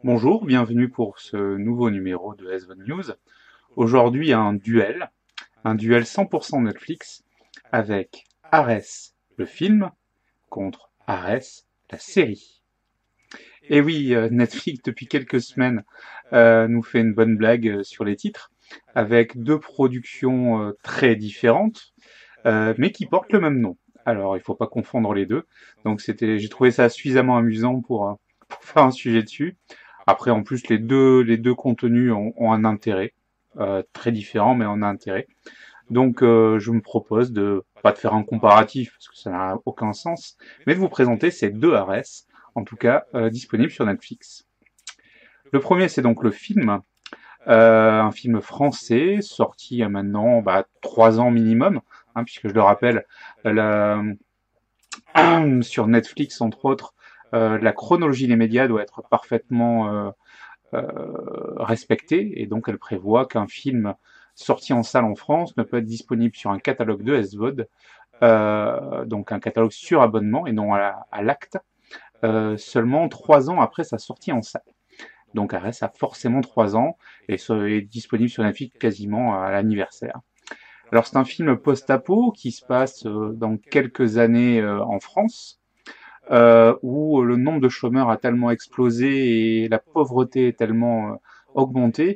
Bonjour, bienvenue pour ce nouveau numéro de SVOD News. Aujourd'hui, un duel 100% Netflix avec Arès, le film, contre Arès, la série. Et oui, Netflix, depuis quelques semaines, nous fait une bonne blague sur les titres, avec deux productions très différentes, mais qui portent le même nom. Alors, il faut pas confondre les deux. Donc, j'ai trouvé ça suffisamment amusant pour faire un sujet dessus. Après, en plus, les deux contenus ont un intérêt très différent, mais ont un intérêt. Donc, je me propose de pas de faire un comparatif parce que ça n'a aucun sens, mais de vous présenter ces deux Ares, en tout cas disponibles sur Netflix. Le premier, c'est donc le film, un film français sorti il y a maintenant 3 ans minimum, hein, puisque je le rappelle, la, sur Netflix entre autres, la chronologie des médias doit être parfaitement respectée, et donc elle prévoit qu'un film sorti en salle en France ne peut être disponible sur un catalogue de SVOD, donc un catalogue sur abonnement et non à l'acte, seulement 3 ans après sa sortie en salle. Donc Arès a forcément 3 ans et est disponible sur Netflix quasiment à l'anniversaire. Alors c'est un film post-apo qui se passe dans quelques années en France, où le nombre de chômeurs a tellement explosé et la pauvreté est tellement augmentée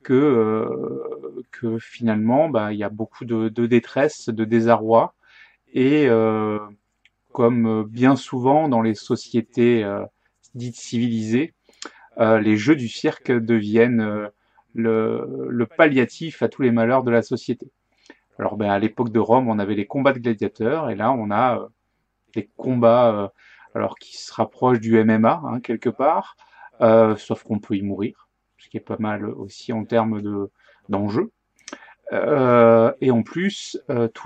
que finalement il y a beaucoup de détresse, de désarroi et comme bien souvent dans les sociétés dites civilisées, les jeux du cirque deviennent le palliatif à tous les malheurs de la société. Alors à l'époque de Rome, on avait les combats de gladiateurs et là on a des combats alors qui se rapprochent du MMA hein, quelque part, sauf qu'on peut y mourir, ce qui est pas mal aussi en termes d'enjeux. Et en plus,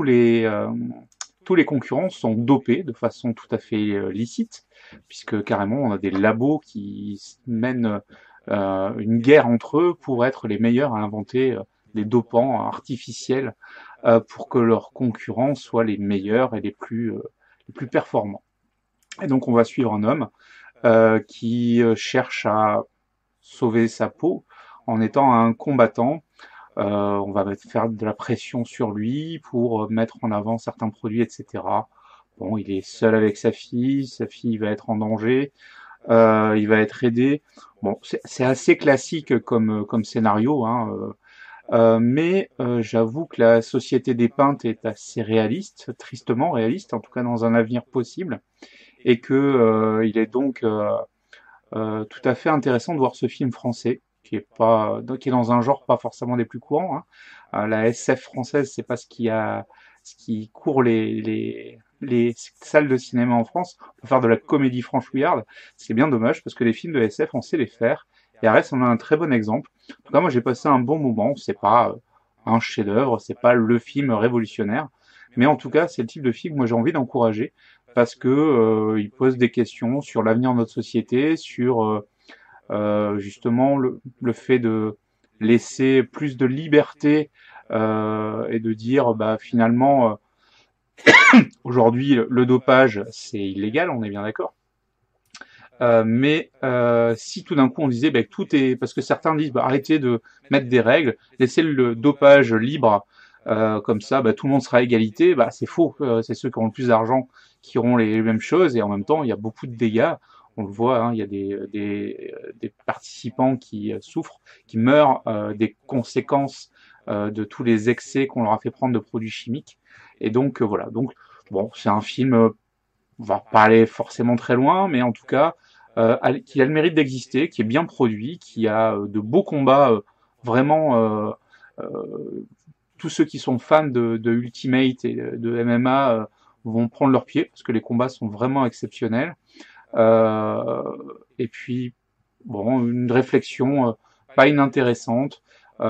tous les concurrents sont dopés de façon tout à fait licite, puisque carrément on a des labos qui mènent une guerre entre eux pour être les meilleurs à inventer des dopants artificiels pour que leurs concurrents soient les meilleurs et les plus performants. Et donc on va suivre un homme qui cherche à sauver sa peau en étant un combattant. On va faire de la pression sur lui pour mettre en avant certains produits, etc. Bon, il est seul avec sa fille va être en danger, il va être aidé. Bon, c'est assez classique comme scénario, hein, mais j'avoue que la société dépeinte est assez réaliste, tristement réaliste, en tout cas dans un avenir possible, et que il est donc tout à fait intéressant de voir ce film français qui est dans un genre pas forcément des plus courants. Hein. La SF française, c'est pas ce qui court les salles de cinéma en France pour faire de la comédie franchouillarde. C'est bien dommage parce que les films de SF, on sait les faire. Et Arès en a un très bon exemple. En tout cas, moi, j'ai passé un bon moment. C'est pas un chef-d'œuvre, c'est pas le film révolutionnaire, mais en tout cas, c'est le type de film que moi j'ai envie d'encourager parce que il pose des questions sur l'avenir de notre société, sur justement le fait de laisser plus de liberté et de dire finalement aujourd'hui le dopage c'est illégal, on est bien d'accord. Mais si tout d'un coup on disait que tout est parce que certains disent arrêtez de mettre des règles, laissez le dopage libre, comme ça tout le monde sera à égalité, c'est faux. C'est ceux qui ont le plus d'argent qui auront les mêmes choses et en même temps il y a beaucoup de dégâts. On le voit, hein, il y a des participants qui souffrent, qui meurent des conséquences de tous les excès qu'on leur a fait prendre de produits chimiques. Et donc voilà. Donc bon, c'est un film. On va pas aller forcément très loin, mais en tout cas, qui a le mérite d'exister, qui est bien produit, qui a de beaux combats, vraiment. Tous ceux qui sont fans de Ultimate et de MMA vont prendre leur pied parce que les combats sont vraiment exceptionnels. Euh, et puis, bon, une réflexion pas inintéressante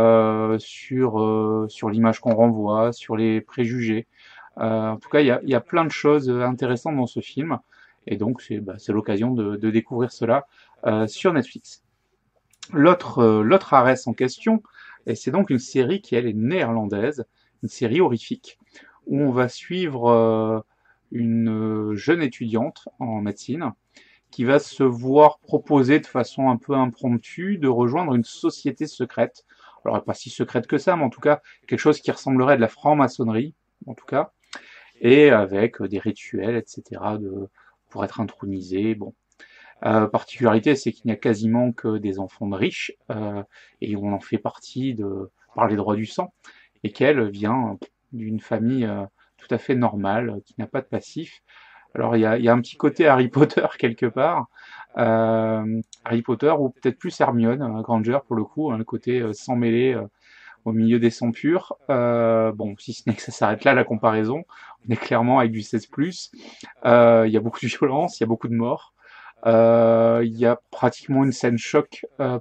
sur l'image qu'on renvoie, sur les préjugés. En tout cas, il y a plein de choses intéressantes dans ce film, et donc c'est l'occasion de découvrir cela sur Netflix. L'autre Arès en question, et c'est donc une série qui elle est néerlandaise, une série horrifique, où on va suivre une jeune étudiante en médecine qui va se voir proposer de façon un peu impromptue de rejoindre une société secrète. Alors pas si secrète que ça, mais en tout cas quelque chose qui ressemblerait à de la franc-maçonnerie, en tout cas, et avec des rituels, etc., pour être intronisé. Bon. Particularité, c'est qu'il n'y a quasiment que des enfants de riches, et on en fait partie par les droits du sang, et qu'elle vient d'une famille tout à fait normale, qui n'a pas de passif. Alors il y a un petit côté Harry Potter quelque part, Harry Potter ou peut-être plus Hermione Granger pour le coup, hein, le côté sang mêlé au milieu des sangs purs. Bon, si ce n'est que ça s'arrête là la comparaison, on est clairement avec du 16+. Il y a beaucoup de violence, il y a beaucoup de morts. Il y a pratiquement une scène choc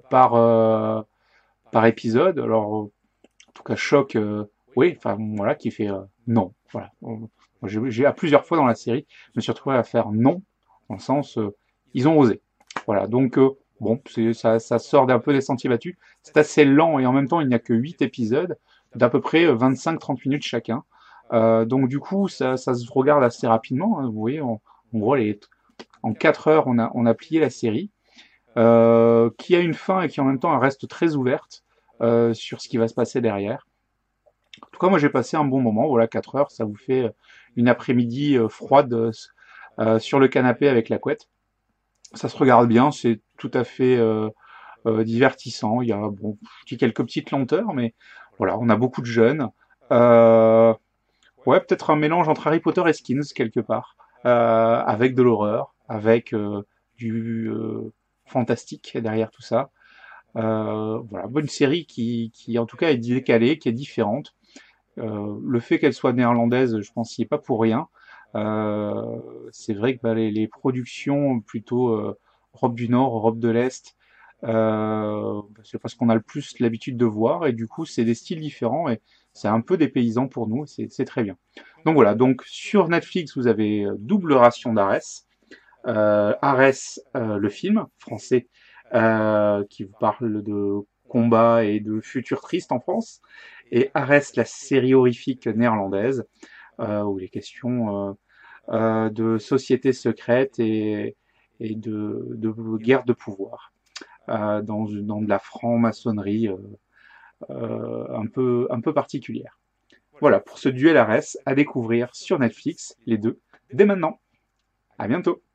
par épisode. Alors, en tout cas, choc, oui, enfin voilà, qui fait non. Voilà. J'ai à plusieurs fois dans la série, je me suis retrouvé à faire non, dans le sens, ils ont osé. Voilà, donc bon, ça sort d'un peu des sentiers battus. C'est assez lent et en même temps, il n'y a que 8 épisodes d'à peu près 25-30 minutes chacun. Donc du coup, ça se regarde assez rapidement, hein. Vous voyez, en gros, en 4 heures, on a plié la série, qui a une fin et qui en même temps elle reste très ouverte sur ce qui va se passer derrière. En tout cas, moi j'ai passé un bon moment. Voilà, 4 heures, ça vous fait une après-midi froide sur le canapé avec la couette. Ça se regarde bien, c'est tout à fait divertissant. Il y a bon, quelques petites lenteurs, mais voilà, on a beaucoup de jeunes. Ouais, peut-être un mélange entre Harry Potter et Skins quelque part, avec de l'horreur, avec du fantastique derrière tout ça. Voilà, bonne série qui en tout cas est décalée, qui est différente. Le fait qu'elle soit néerlandaise, je pense qu'il n'y est pas pour rien. C'est vrai que bah, les productions plutôt Europe du Nord, Europe de l'Est, c'est parce qu'on a le plus l'habitude de voir et du coup c'est des styles différents et c'est un peu dépaysant pour nous, c'est très bien. Donc voilà, donc sur Netflix vous avez Double ration d'Arès, Arès le film français qui vous parle de combat et de futur triste en France, et Arès la série horrifique néerlandaise où il est question de sociétés secrètes et de guerre de pouvoir dans de la franc-maçonnerie un peu particulière. Voilà pour ce duel Arès à découvrir sur Netflix, les deux, dès maintenant. À bientôt.